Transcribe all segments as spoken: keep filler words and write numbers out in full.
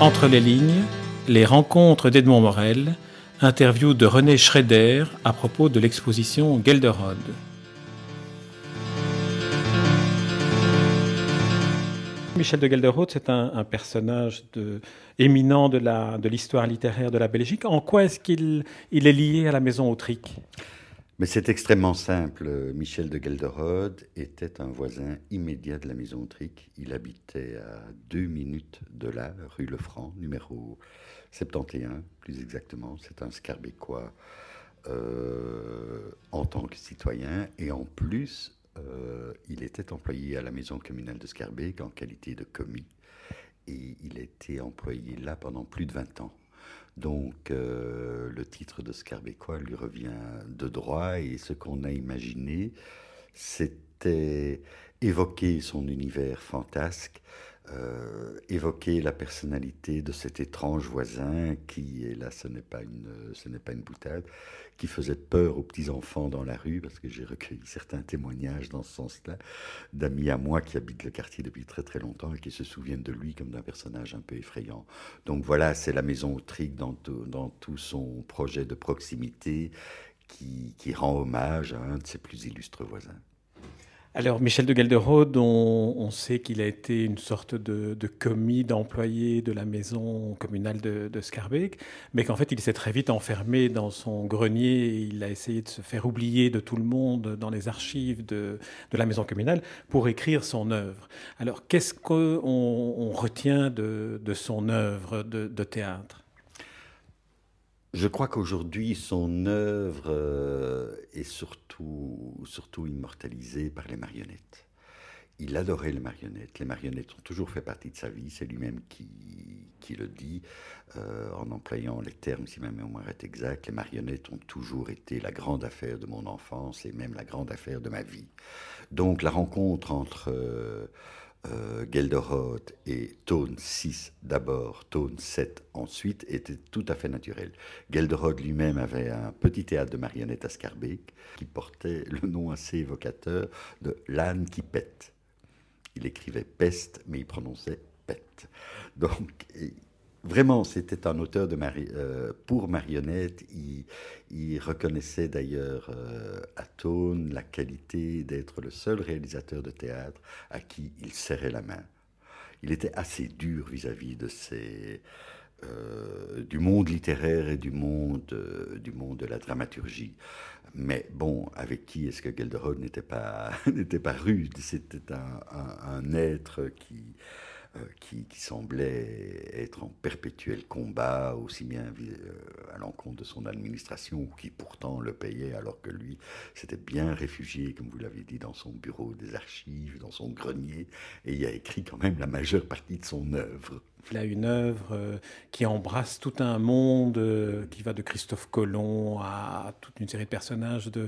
Entre les lignes, les rencontres d'Edmond Morel, interview de René Schraeder à propos de l'exposition Gelderode. Michel de Gelderode, c'est un, un personnage de, éminent de, la, de l'histoire littéraire de la Belgique. En quoi est-ce qu'il il est lié à la maison Autric ? Mais c'est extrêmement simple. Michel de Gelderode était un voisin immédiat de la maison Autric. Il habitait à deux minutes de là, rue Lefranc, numéro soixante et onze, plus exactement. C'est un Scarbécois euh, en tant que citoyen. Et en plus, euh, il était employé à la maison communale de Scarbeck en qualité de commis. Et il a été employé là pendant plus de vingt ans. Donc, euh, le titre de Scarbécois lui revient de droit, et ce qu'on a imaginé, c'était évoquer son univers fantasque, euh, évoquer la personnalité de cet étrange voisin qui, et là ce n'est pas une, ce n'est pas une boutade, qui faisait peur aux petits-enfants dans la rue, parce que j'ai recueilli certains témoignages dans ce sens-là, d'amis à moi qui habitent le quartier depuis très très longtemps et qui se souviennent de lui comme d'un personnage un peu effrayant. Donc voilà, c'est la maison Autric dans tout, dans tout son projet de proximité qui, qui rend hommage à un de ses plus illustres voisins. Alors, Michel de Gelderode, on, on sait qu'il a été une sorte de, de commis, d'employé de la maison communale de, de Scarbeck, mais qu'en fait, il s'est très vite enfermé dans son grenier et il a essayé de se faire oublier de tout le monde dans les archives de, de la maison communale pour écrire son œuvre. Alors, qu'est-ce qu'on on retient de, de son œuvre de, de théâtre ? Je crois qu'aujourd'hui, son œuvre euh, est surtout, surtout immortalisée par les marionnettes. Il adorait les marionnettes. Les marionnettes ont toujours fait partie de sa vie. C'est lui-même qui, qui le dit, euh, en employant les termes, si ma mémoire est exacte. Les marionnettes ont toujours été la grande affaire de mon enfance et même la grande affaire de ma vie. Donc la rencontre entre... Euh, Euh, Gelderode et Tone six d'abord, Tone sept ensuite, était tout à fait naturel. Gelderode lui-même avait un petit théâtre de marionnettes à Scarbeck qui portait le nom assez évocateur de l'âne qui pète. Il écrivait peste, mais il prononçait pète. Donc, et, vraiment, c'était un auteur de mari- euh, pour marionnettes. Il, il reconnaissait d'ailleurs euh, à Tone la qualité d'être le seul réalisateur de théâtre à qui il serrait la main. Il était assez dur vis-à-vis de ses, euh, du monde littéraire et du monde, euh, du monde de la dramaturgie. Mais bon, avec qui est-ce que Gelderode n'était pas, n'était pas rude ? C'était un, un, un être qui... Euh, qui, qui semblait être en perpétuel combat, aussi bien euh, à l'encontre de son administration, qui pourtant le payait, alors que lui s'était bien réfugié, comme vous l'avez dit, dans son bureau des archives, dans son grenier, et il a écrit quand même la majeure partie de son œuvre. Il a une œuvre euh, qui embrasse tout un monde, euh, qui va de Christophe Colomb à toute une série de personnages de,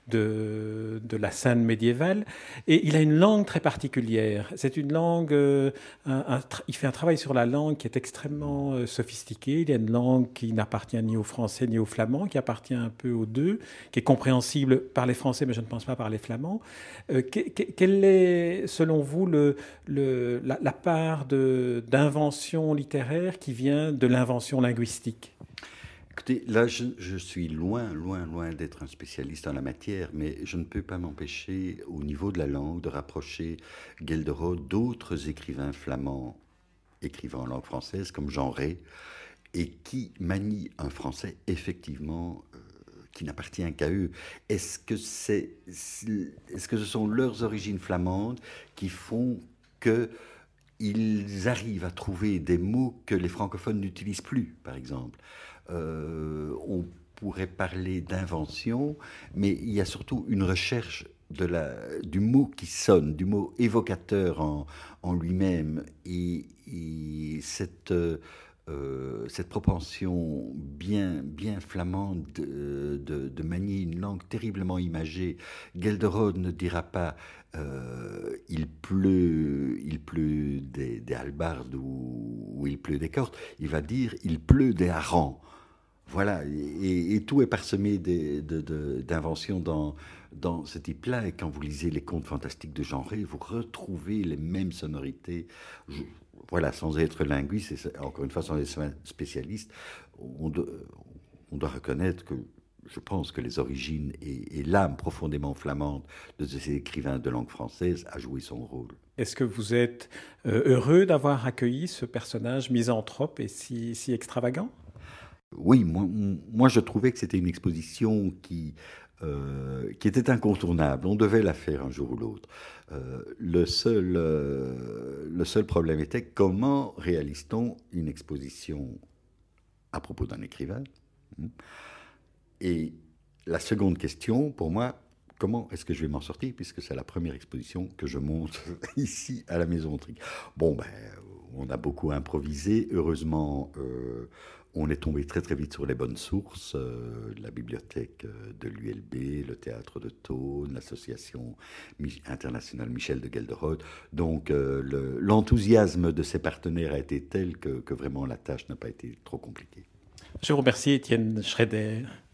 de, de la scène médiévale. Et il a une langue très particulière. C'est une langue... Euh, un, un tra- il fait un travail sur la langue qui est extrêmement euh, sophistiqué. Il y a une langue qui n'appartient ni au français ni au flamand, qui appartient un peu aux deux, qui est compréhensible par les Français, mais je ne pense pas par les Flamands. Euh, que, que, quelle est, selon vous, le, le, la, la part de, d'invention littéraire qui vient de l'invention linguistique? Écoutez, là, je, je suis loin, loin, loin d'être un spécialiste en la matière, mais je ne peux pas m'empêcher, au niveau de la langue, de rapprocher Gelderode d'autres écrivains flamands écrivant en langue française, comme Jean Rey, et qui manient un français, effectivement, euh, qui n'appartient qu'à eux. Est-ce que, c'est, est-ce que ce sont leurs origines flamandes qui font que ils arrivent à trouver des mots que les francophones n'utilisent plus, par exemple. Euh, on pourrait parler d'invention, mais il y a surtout une recherche de la, du mot qui sonne, du mot évocateur en, en lui-même. Et, et cette, euh, cette propension bien, bien flamande de, de, de manier une langue terriblement imagée, Gelderode ne dira pas Euh, il pleut, il pleut des, des hallebardes ou, ou il pleut des cordes. Il va dire il pleut des harengs. Voilà, et, et tout est parsemé de, de, de, d'inventions dans, dans ce type-là. Et quand vous lisez les contes fantastiques de Jean Rey, vous retrouvez les mêmes sonorités. Je, voilà, sans être linguiste, et encore une fois, sans être spécialiste, on doit, on doit reconnaître que je pense que les origines et, et l'âme profondément flamande de ces écrivains de langue française a joué son rôle. Est-ce que vous êtes euh, heureux d'avoir accueilli ce personnage misanthrope et si, si extravagant? Oui, moi, moi je trouvais que c'était une exposition qui, euh, qui était incontournable. On devait la faire un jour ou l'autre. Euh, le, seul, euh, le seul problème était comment réalise-t-on une exposition à propos d'un écrivain? Et la seconde question, pour moi, comment est-ce que je vais m'en sortir, puisque c'est la première exposition que je monte ici à la Maison Trigg. Bon, ben, on a beaucoup improvisé. Heureusement, euh, on est tombé très très vite sur les bonnes sources. Euh, la bibliothèque de l'U L B, le théâtre de Thônes, l'association internationale Michel de Gelderode. Donc, euh, le, l'enthousiasme de ses partenaires a été tel que, que vraiment la tâche n'a pas été trop compliquée. Je vous remercie, Étienne Schrader.